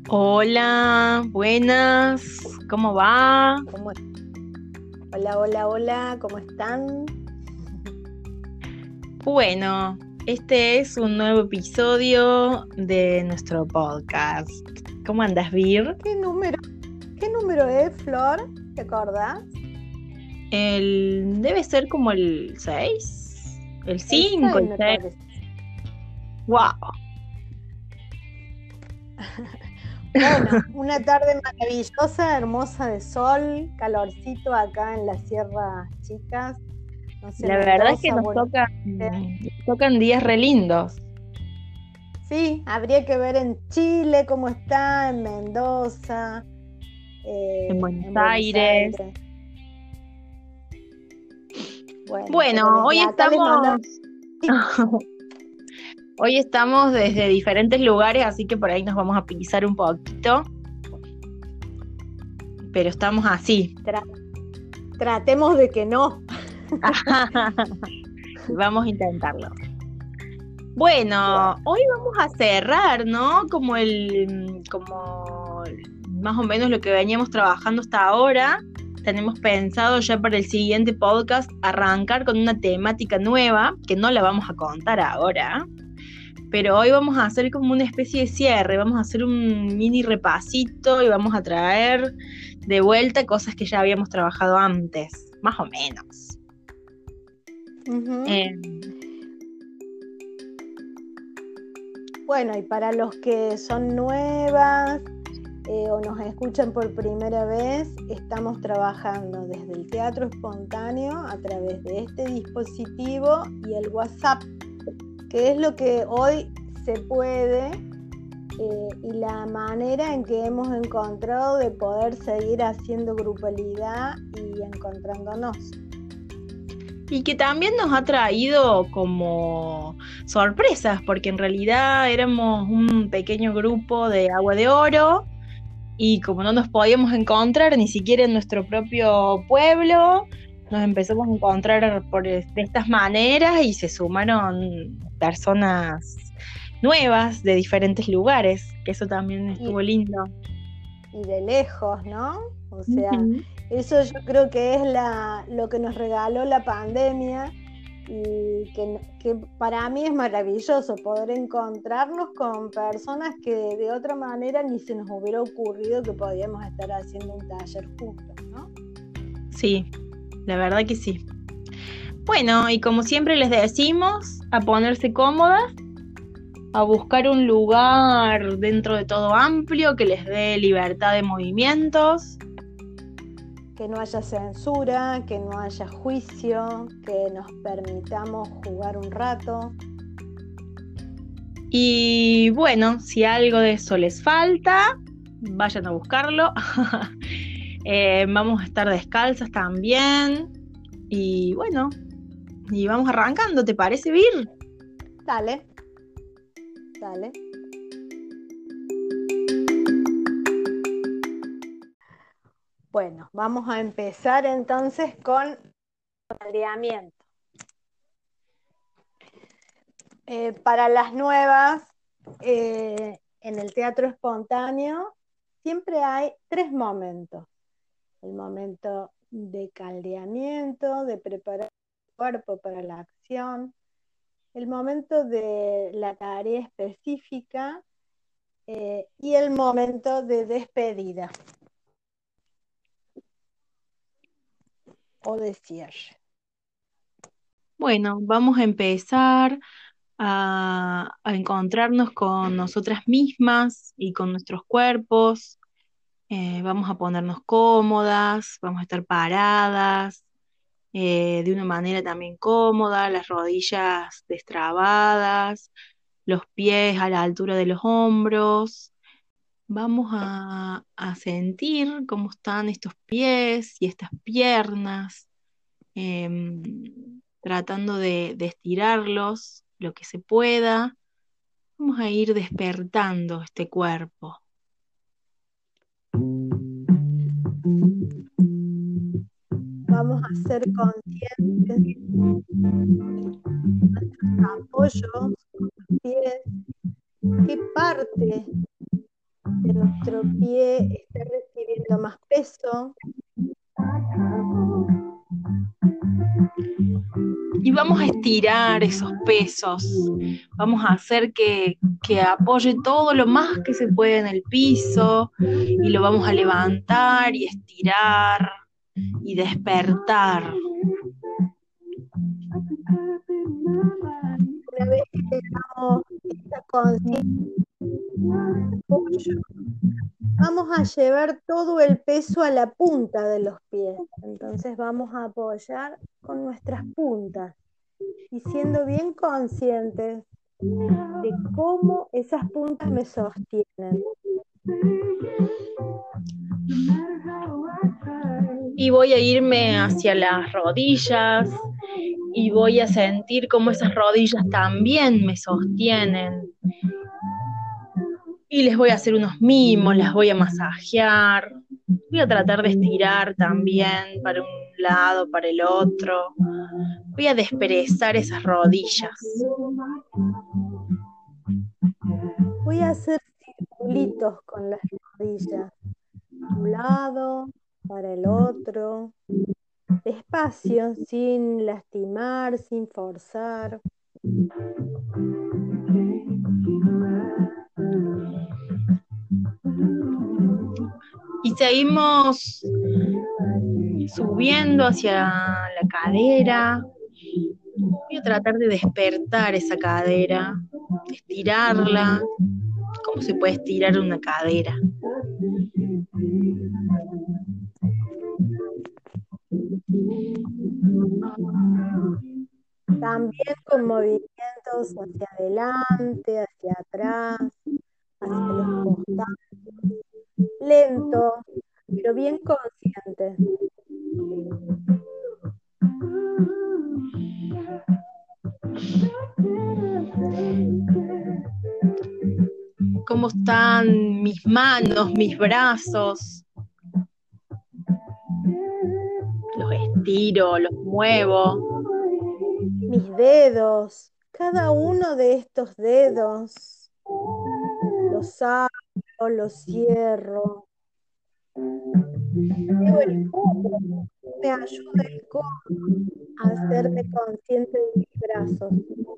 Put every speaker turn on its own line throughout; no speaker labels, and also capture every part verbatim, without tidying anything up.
Hola, buenas, ¿cómo va?
¿Cómo es? Hola, hola, hola, ¿cómo están?
Bueno, este es un nuevo episodio de nuestro podcast. ¿Cómo andas, Vir?
¿Qué número, qué número es, Flor? ¿Te acordás?
El, debe ser como el seis, el
El
cinco,
seis
el
me
seis.
parece.
¡Wow!
Bueno, una tarde maravillosa, hermosa de sol, calorcito acá en las sierras chicas, no sé,
La verdad es que
Mendoza,
nos
Buenos
tocan,
Aires.
nos tocan días re lindos
Sí, habría que ver en Chile cómo está, en Mendoza,
en
eh,
Buenos
en Buenos
Aires.
Aires. Bueno, pero
Bueno,
desde
hoy
acá les
estamos,
mandamos chicos.
hoy estamos desde diferentes lugares, así que por ahí nos vamos a pisar un poquito, pero estamos así.
Tra- tratemos de que no.
Vamos a intentarlo.
Bueno.
Bueno, hoy vamos a cerrar, ¿no? Como el, como más o menos lo que veníamos trabajando hasta ahora. Tenemos pensado ya para el siguiente podcast arrancar con una temática nueva, que no la vamos a contar ahora, pero hoy vamos a hacer como una especie de cierre, vamos a hacer un mini repasito y vamos a traer de vuelta cosas que ya habíamos trabajado antes, más o menos.
Ujú.
Eh,
Bueno, y para los que son nuevas eh, o nos escuchan por primera vez, estamos trabajando desde el teatro espontáneo a través de este dispositivo y el WhatsApp, que es lo que hoy se puede eh, y la manera en que hemos encontrado de poder seguir haciendo grupalidad y encontrándonos.
Y que también nos ha traído como sorpresas, porque en realidad éramos un pequeño grupo de Agua de Oro y como no nos podíamos encontrar ni siquiera en nuestro propio pueblo, nos empezamos a encontrar por de estas maneras y se sumaron personas nuevas de diferentes lugares, que eso también
Y,
estuvo lindo.
y de lejos, ¿no? O sea,
Ujú.
eso yo creo que es la, lo que nos regaló la pandemia y que, que para mí es maravilloso poder encontrarnos con personas que de otra manera ni se nos hubiera ocurrido que podíamos estar haciendo un taller juntos, ¿no?
Sí, la verdad que sí. Bueno, y como siempre les decimos, a ponerse cómodas, a buscar un lugar dentro de todo amplio que les dé libertad de movimientos.
Que no haya censura, que no haya juicio, que nos permitamos jugar un rato.
Y bueno, si algo de eso les falta, vayan a buscarlo. Eh, vamos a estar descalzas también. Y bueno, y vamos arrancando, ¿te parece, Vir?
Dale, dale. Bueno, vamos a empezar entonces con caldeamiento. Eh, para las nuevas, eh, en el teatro espontáneo, siempre hay tres momentos. El momento de caldeamiento, de preparar el cuerpo para la acción, el momento de la tarea específica eh, y el momento de despedida o de cierre.
Bueno, vamos a empezar a, a encontrarnos con nosotras mismas y con nuestros cuerpos. Eh, vamos a ponernos cómodas, vamos a estar paradas, eh, de una manera también cómoda, las rodillas destrabadas, los pies a la altura de los hombros. Vamos a, a sentir cómo están estos pies y estas piernas, em, tratando de, de estirarlos lo que se pueda. Vamos a ir despertando este cuerpo.
Vamos a ser conscientes de nuestros apoyos con los pies, qué parte nuestro pie esté recibiendo más peso.
Y vamos a estirar esos pesos, vamos a hacer que, que apoye todo lo más que se puede en el piso y lo vamos a levantar y estirar y despertar.
Una vez que tengamos esta conciencia, vamos a llevar todo el peso a la punta de los pies. Entonces vamos a apoyar con nuestras puntas y siendo bien conscientes de cómo esas puntas me sostienen.
Y voy a irme hacia las rodillas y voy a sentir cómo esas rodillas también me sostienen. Y les voy a hacer unos mimos, las voy a masajear. Voy a tratar de estirar también para un lado, para el otro. Voy a desperezar esas rodillas.
Voy a hacer circulitos con las rodillas, de un lado, para el otro, despacio, sin lastimar, sin forzar.
Y seguimos subiendo hacia la cadera. Voy a tratar de despertar esa cadera, de estirarla. ¿Cómo se puede estirar una cadera?
También con movimientos hacia adelante, hacia atrás, hacia los costados, lentos, pero bien conscientes.
¿Cómo están mis manos, mis brazos? Los estiro, los muevo.
Mis dedos, cada uno de estos dedos, los abro, los cierro. Veo el codo, me ayuda el codo a hacerme consciente de mis brazos.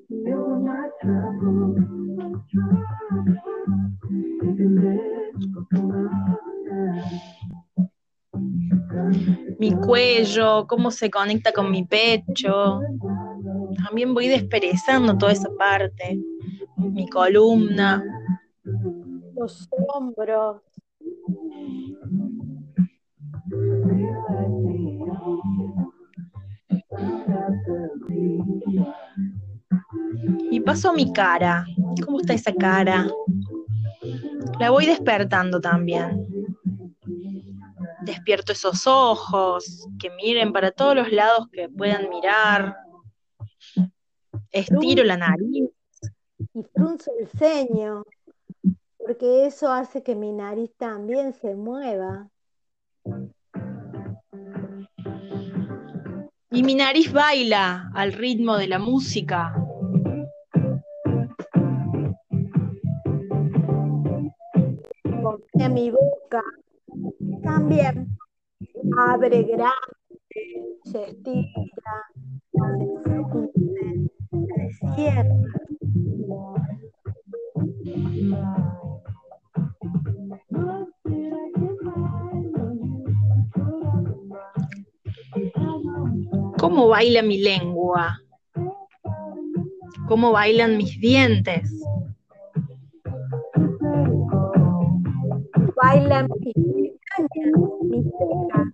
Mi cuello, cómo se conecta con mi pecho. También voy desperezando toda esa parte. Mi columna.
Los hombros.
Y paso a mi cara. ¿Cómo está esa cara? La voy despertando también. Despierto esos ojos, que miren para todos los lados que puedan mirar. Estiro la nariz.
Y frunzo el ceño, porque eso hace que mi nariz también se mueva.
Y mi nariz baila al ritmo de la música.
Porque mi boca también abre grande, se estira, se frunce, se cierra.
¿Cómo baila mi lengua? ¿Cómo bailan mis dientes?
Bailan mis pestañas, mis cejas.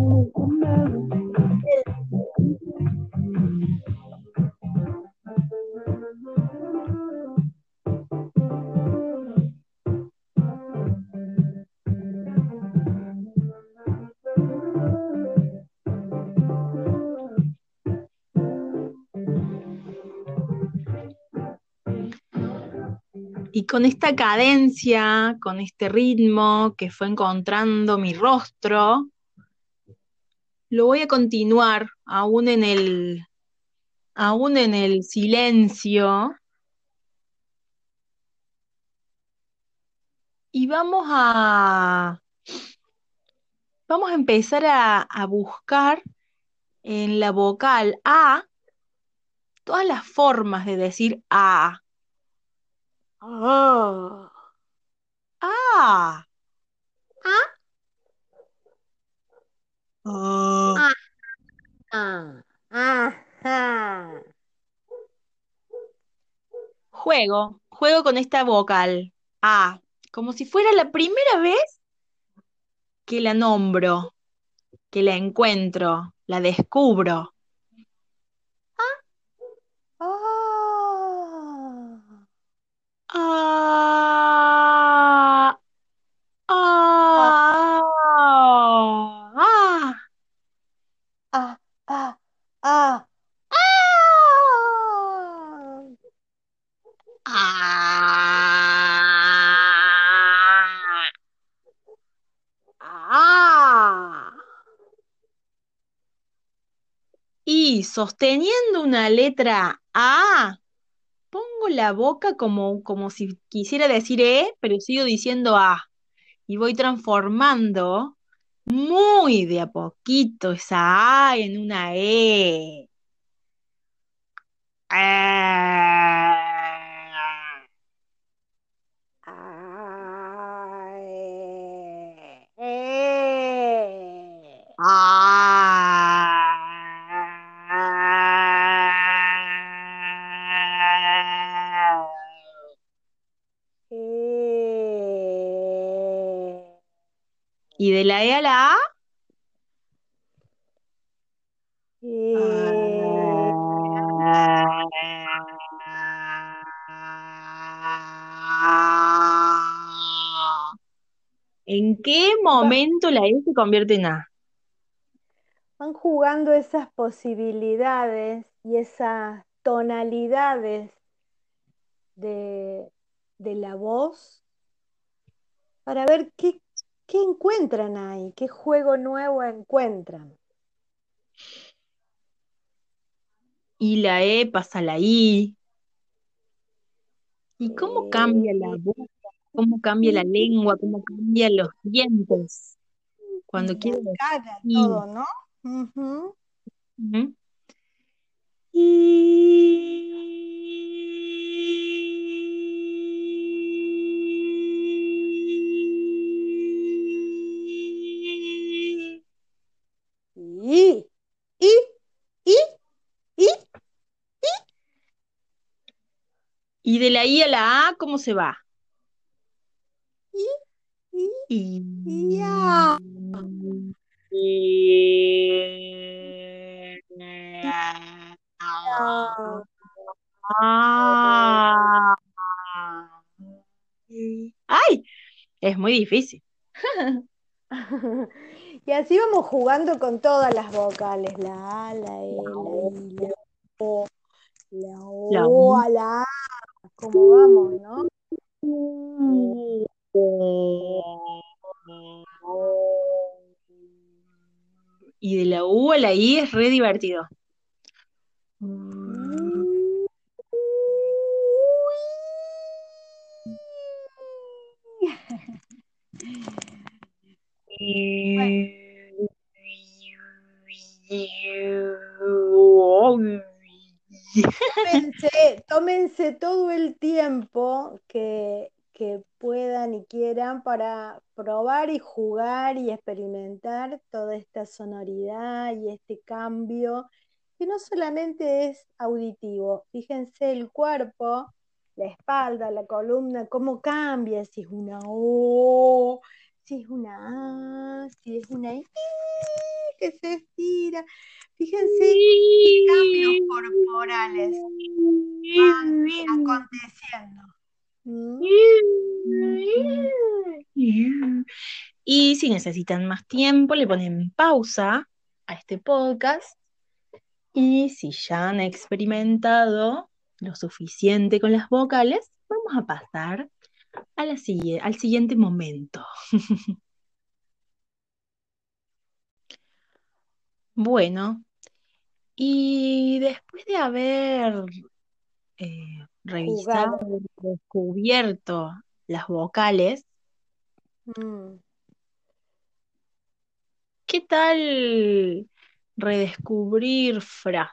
Y con esta cadencia, con este ritmo que fue encontrando mi rostro, lo voy a continuar aún en el, aún en el silencio. y vamos a, vamos a empezar a, a buscar en la vocal A todas las formas de decir A.
Ah,
A.
ah,
Ah.
ah, ah, ah, ah.
Juego, juego con esta vocal A, como si fuera la primera vez que la nombro, que la encuentro, la descubro.
Ah,
Ah,
ah,
ah, ah,
ah, ah, ah, ah.
ah, ah. Y sosteniendo una letra A, pongo la boca como, como si quisiera decir E, pero sigo diciendo A. Y voy transformando muy de a poquito esa A en una E. Ah,
Ay, eh.
ah.
Eh.
Y de la E a la A.
Eh.
Ah. ¿En qué
Va-
momento la E se convierte en A?
Van jugando esas posibilidades y esas tonalidades de, de la voz para ver qué, qué encuentran ahí, qué juego nuevo encuentran.
Y la E pasa a la I. ¿Y cómo cambia la
Eh,
voz? ¿Cómo cambia la lengua? ¿Cómo cambian los dientes? Cuando
y la
quiero
cara,
decir.
todo, ¿no? Ujú.
Ujú. Y...
Y, y, y, y,
y de la I a la A, ¿cómo se va?
y, y,
Y...
y, ya.
Ah. ¡Ay! Es muy difícil.
Y así vamos jugando con todas las vocales, la A, la
La
E, la
O.
I, la O, la
La
O,
U.
a la A, como vamos, ¿no? O, O,
Y de la U a la I es re divertido.
U, uy. Tómense, tómense todo el tiempo que, que puedan y quieran para probar y jugar y experimentar toda esta sonoridad y este cambio, que no solamente es auditivo. Fíjense el cuerpo, la espalda, la columna, cómo cambia, si es una O, si es una A, si es una I, que se estira. Fíjense qué cambios corporales van aconteciendo. ¿Mm?
Y si necesitan más tiempo, le ponen pausa a este podcast. Y si ya han experimentado lo suficiente con las vocales, vamos a pasar a la sigue- al siguiente momento. Bueno, y después de haber eh, revisado,
Jugado.
descubierto las vocales,
Mm,
¿Qué tal redescubrir frases?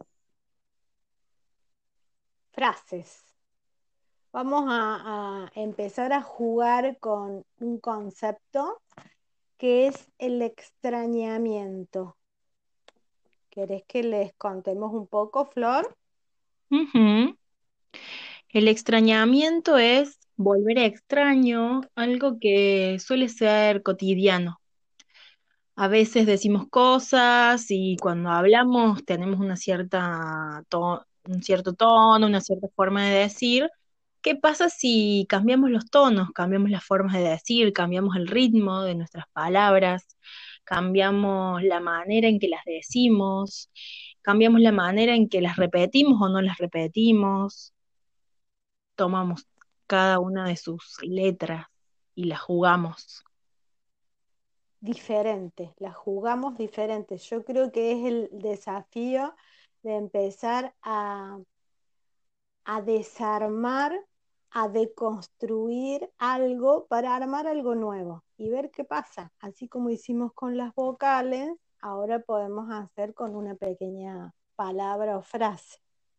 frases. Vamos a, a empezar a jugar con un concepto que es el extrañamiento. ¿Querés que les contemos un poco, Flor?
Ujú. El extrañamiento es volver extraño, algo que suele ser cotidiano. A veces decimos cosas y cuando hablamos tenemos una cierta to- un cierto tono, una cierta forma de decir. ¿Qué pasa si cambiamos los tonos, cambiamos las formas de decir, cambiamos el ritmo de nuestras palabras, cambiamos la manera en que las decimos, cambiamos la manera en que las repetimos o no las repetimos, tomamos cada una de sus letras y las jugamos?
Diferente, la jugamos diferente. Yo creo que es el desafío de empezar a, a desarmar, a deconstruir algo para armar algo nuevo y ver qué pasa. Así como hicimos con las vocales, ahora podemos hacer con una pequeña palabra o frase.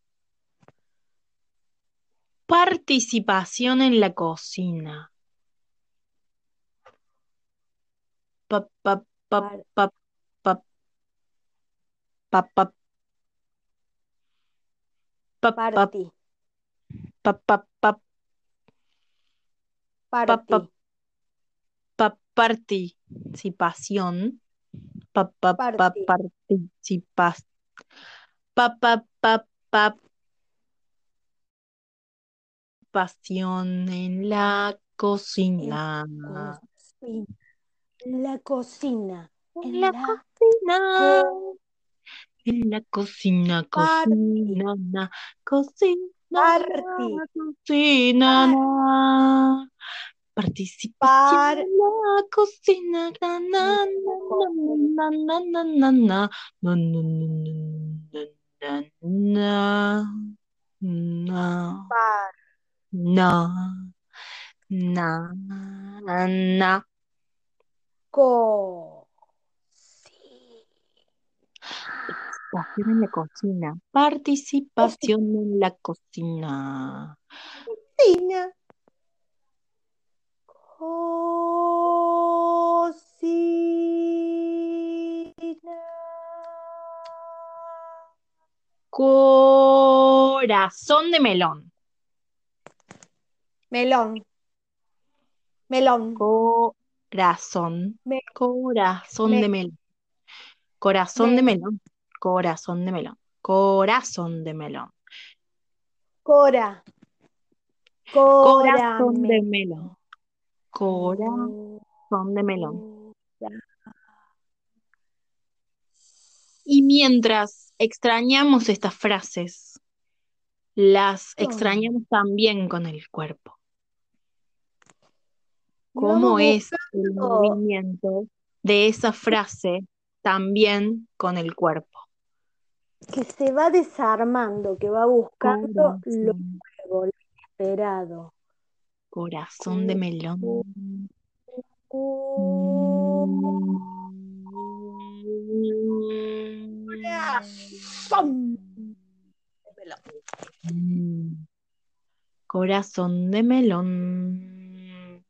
Participación en la cocina. Pa, pa, pa,
Par-
pa, pa, pa, pa, pa, pa,
parti,
pa, pa, pa, pa, pa,
parti,
pa- participación. Pa, pa, pa,
parti,
participas. Pa, pa, pa, pa, pasión en la
en
cocina.
cocina, la cocina,
En la
en la
cocina.
co
En la cocina,
parti,
cocina, na, cocina,
parti,
na, cocina,
par,
na. Participación
par,
en la cocina, na,
en
na,
la
na,
cocina,
na, na, na, na, na, na, na, na, na, na, na,
par,
na, na, na, na.
co, sí,
Participación en la cocina, participación en la cocina.
cocina, cocina,
Corazón de melón.
melón, melón,
Corazón.
me,
Corazón
me,
de melón. Corazón de
me,
melón. Corazón de melón. Corazón de melón.
cora,
Corazón
corame,
de melón. Corazón de melón. Y mientras extrañamos estas frases, las
corazón.
extrañamos también con el cuerpo.
Y vamos
¿Cómo es el
buscando
movimiento de esa frase también con el cuerpo?
que se va desarmando, que va buscando lo
Corazón,
nuevo, lo inesperado.
corazón de
Co- co-
melón.
co-
Mm.
Corazón.
Mm. Corazón de melón.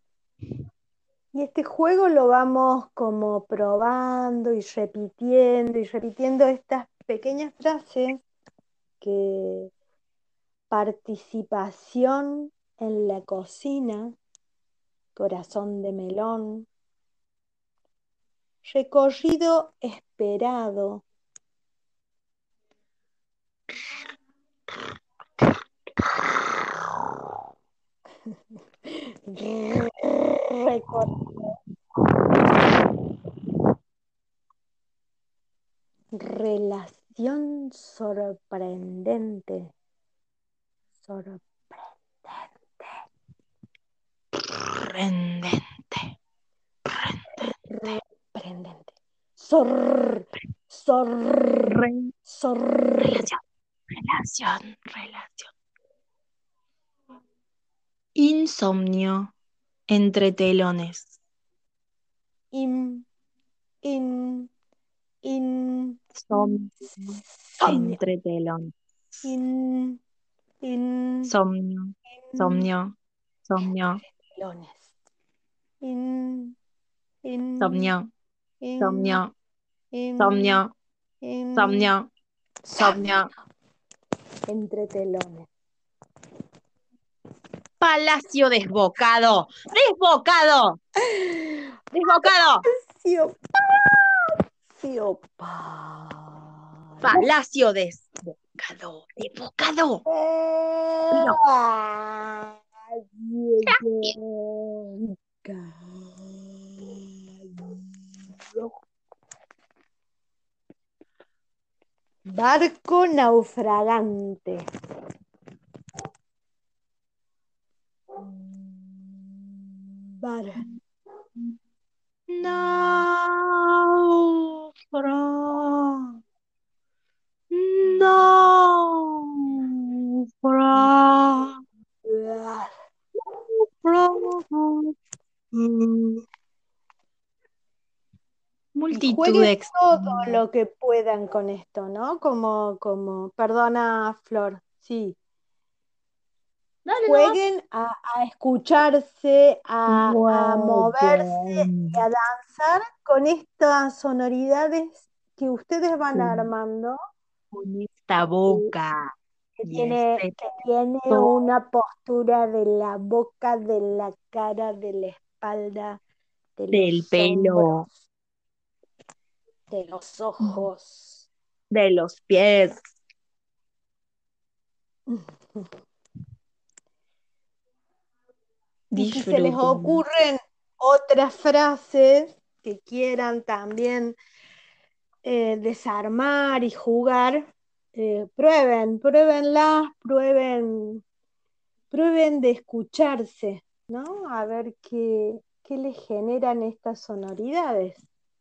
Y este juego lo vamos como probando y repitiendo y repitiendo estas pequeñas frases que participación en la cocina, corazón de melón, recorrido esperado, recor- relación sorprendente, sorprendente,
Prendente.
sorprendente, sor, sor,
Re-
sor,
relación, relación, relación. Insomnio Entre telones.
In, in, in,
Somnio.
somnio.
Entre telones.
In, in,
Somnio.
in,
Somnio. Somnio.
telones. In, in,
Somnio.
in,
Somnio.
in,
Somnio.
in,
Somnio. Somnio.
entre telones.
Palacio desbocado. ¡Desbocado! ¡Desbocado!
Palacio, palacio, palacio.
Palacio desbocado. Desbocado. Pero,
Barco naufragante. Bar.
naufra- naufra- naufra-
Y
Multitud
jueguen todo
extraña.
lo que puedan con esto, ¿no? Como, como, perdona, Flor, sí.
Dale nomás.
Jueguen a, a escucharse, a, a moverse y
Jueguen
a danzar con estas sonoridades que ustedes van
con,
armando,
con esta
que,
boca
que
y
tiene,
este
que tiene
to-
una postura de la boca, de la cara, de la espalda, de
del
los hombros,
pelo,
de los ojos.
de los pies.
Y si se les
Disfruten.
ocurren otras frases que quieran también eh, desarmar y jugar, eh, prueben, pruébenlas, prueben, prueben de escucharse, ¿no? A ver qué, qué les generan estas sonoridades.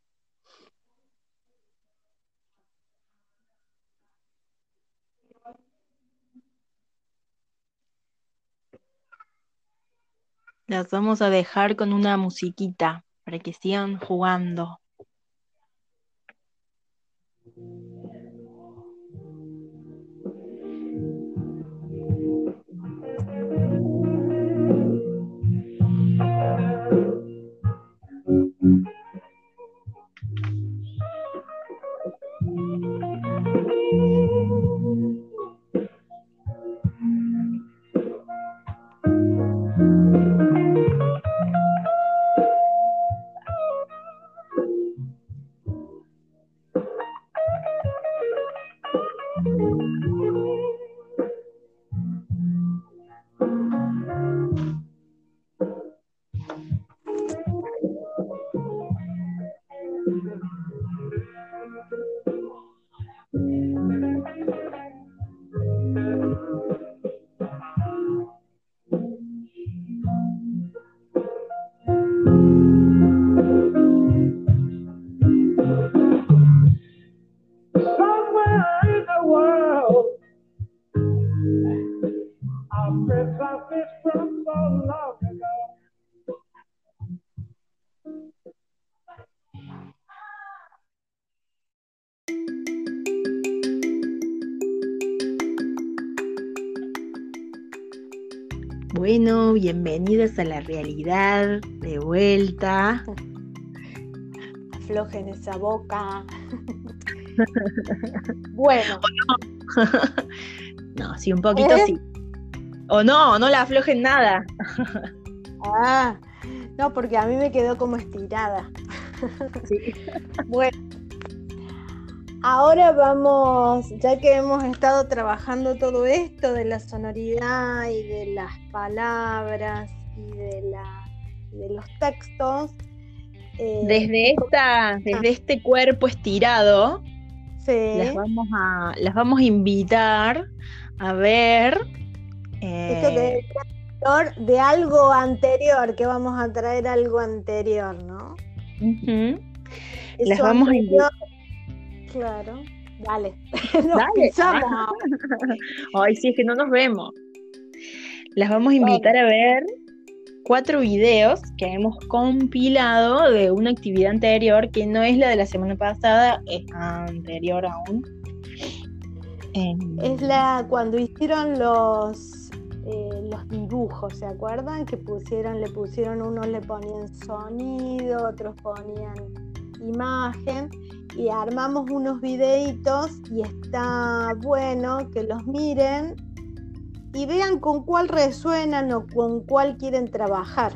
Las vamos a dejar con una musiquita para que sigan jugando.
Somewhere in the world, I've been something from so long ago.
Bueno, bienvenidas a la realidad, de vuelta.
Aflojen esa boca. Bueno.
No, sí, un poquito
¿Eh?
sí. O no, no la aflojen nada.
Ah, no, porque a mí me quedó como estirada.
Sí.
Bueno, ahora vamos, ya que hemos estado trabajando todo esto de la sonoridad y de las palabras y de, la, de los textos. Eh,
Desde esta, desde este cuerpo estirado,
sí,
las vamos a, las vamos a invitar a ver.
esto que
eh,
es anterior, de algo anterior, que vamos a traer algo anterior, ¿no?
ujú.
Eso
Las vamos a
anterior,
invitar.
claro, dale, nos
Dale.
pisamos
Ah.
ahora.
Ay, sí, es que no nos vemos. Las vamos a invitar a ver cuatro videos que hemos compilado de una actividad anterior, que no es la de la semana pasada, es anterior aún. Eh,
Es la cuando hicieron los eh, los dibujos, ¿se acuerdan? Que pusieron, le pusieron, unos le ponían sonido, otros ponían imagen, y armamos unos videitos, y está bueno que los miren y vean con cuál resuenan o con cuál quieren trabajar.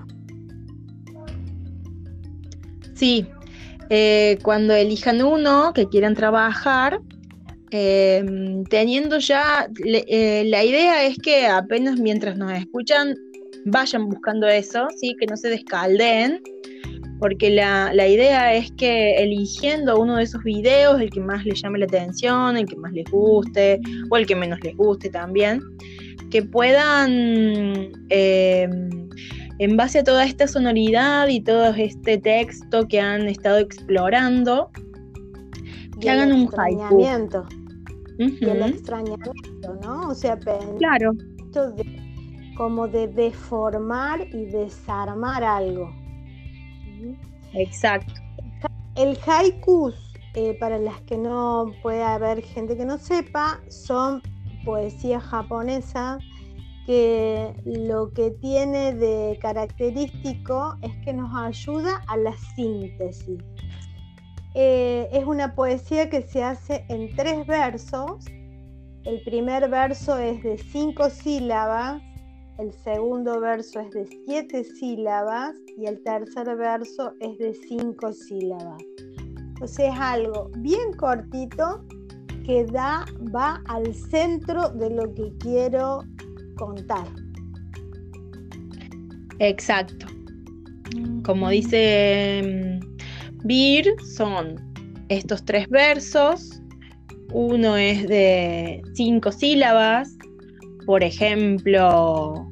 Sí, eh, cuando elijan uno que quieran trabajar, eh, teniendo ya, le- eh, la idea es que apenas mientras nos escuchan vayan buscando eso, ¿sí? Que no se descaldeen, porque la, la idea es que eligiendo uno de esos videos, el que más les llame la atención, el que más les guste, o el que menos les guste también, que puedan, eh, en base a toda esta sonoridad y todo este texto que han estado explorando, que
Y el
hagan un haiku.
extrañamiento, y el
Ujú,
extrañamiento, ¿no? O sea, pensar
claro,
de, como de deformar y desarmar algo.
exacto.
El haikus, eh, para las que no puede haber gente que no sepa, son poesía japonesa que lo que tiene de característico es que nos ayuda a la síntesis. Eh, es una poesía que se hace en tres versos. El primer verso es de cinco sílabas, el segundo verso es de siete sílabas y el tercer verso es de cinco sílabas. Entonces es algo bien cortito que da, va al centro de lo que quiero contar.
Exacto. Como dice mm, Bir, son estos tres versos. Uno es de cinco sílabas, por ejemplo,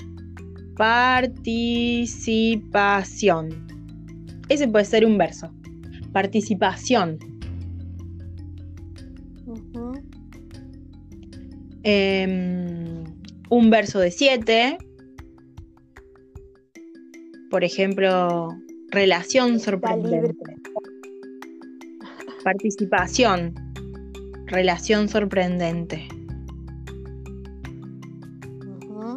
participación. Ese puede ser un verso. Participación.
Uh-huh.
Eh, un verso de siete. Por ejemplo, relación sorprendente. Participación. Relación sorprendente.
Uh-huh.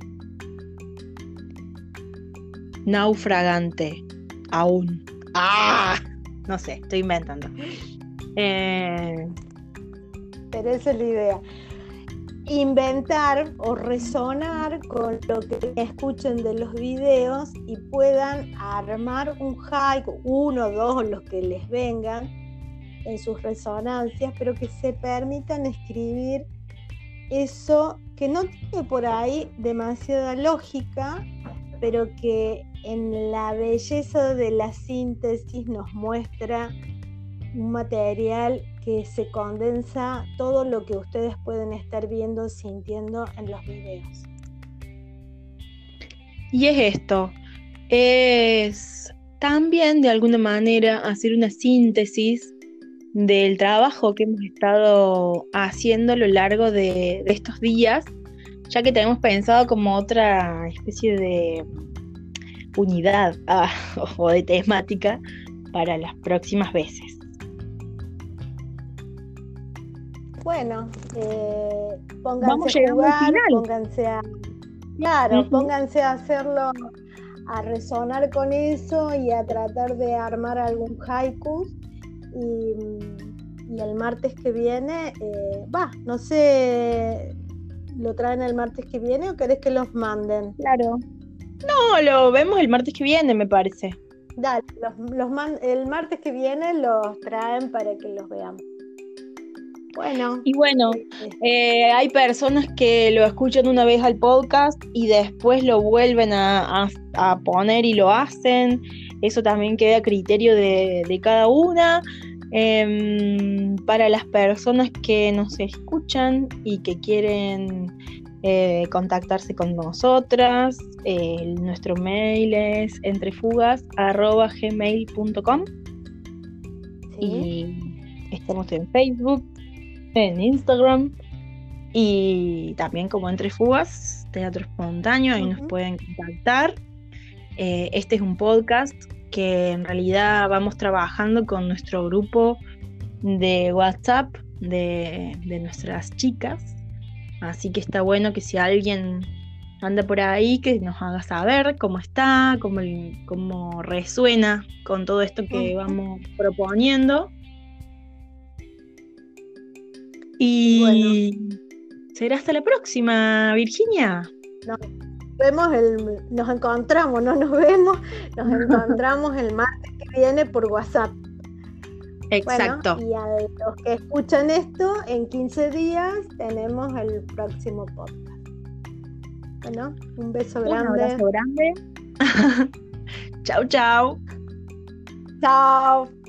Naufragante. Aún. ¡Ah! No sé, estoy inventando. Eh,
Pero esa es la idea. Inventar o resonar con lo que escuchen de los videos y puedan armar un haiku, uno, dos, los que les vengan en sus resonancias, pero que se permitan escribir eso que no tiene por ahí demasiada lógica, pero que en la belleza de la síntesis nos muestra un material que se condensa todo lo que ustedes pueden estar viendo, sintiendo en los videos.
y es esto. Es también de alguna manera hacer una síntesis del trabajo que hemos estado haciendo a lo largo de, de estos días, ya que tenemos pensado como otra especie de unidad ah, o de temática para las próximas veces.
Bueno, eh, pónganse
Vamos
a
llegando al
jugar,
final.
pónganse a, claro,
Ujú.
pónganse a hacerlo, a resonar con eso y a tratar de armar algún haiku. Y, y el martes que viene, eh, va, no sé, ¿lo traen el martes que viene o querés que los manden?
Claro. No, lo vemos el martes que viene, me parece.
Dale, los, los man- el martes que viene los traen para que los veamos. Bueno,
Y bueno,
eh,
eh, hay personas que lo escuchan una vez al podcast y después lo vuelven a, a- a poner y lo hacen. Eso también queda a criterio de, de cada una. Em, para las personas que nos escuchan y que quieren eh, contactarse con nosotras, eh, nuestro mail es entrefugas arroba gmail punto com
sí.
y estamos en Facebook, en Instagram y también como Entre Fugas, Teatro Espontáneo, ahí nos
Ujú.
pueden contactar. Eh, este es un podcast que en realidad vamos trabajando con nuestro grupo de WhatsApp de, de nuestras chicas, así que está bueno que si alguien anda por ahí, que nos haga saber cómo está, cómo, cómo resuena con todo esto que vamos proponiendo. Y bueno, será hasta la próxima, Virginia.
Nos vemos el, nos encontramos, no nos vemos, nos encontramos el martes que viene por WhatsApp.
Exacto.
Bueno, y a los que escuchan esto, en quince días tenemos el próximo podcast. Bueno, un beso grande.
Un abrazo grande. Chau, chau.
Chao.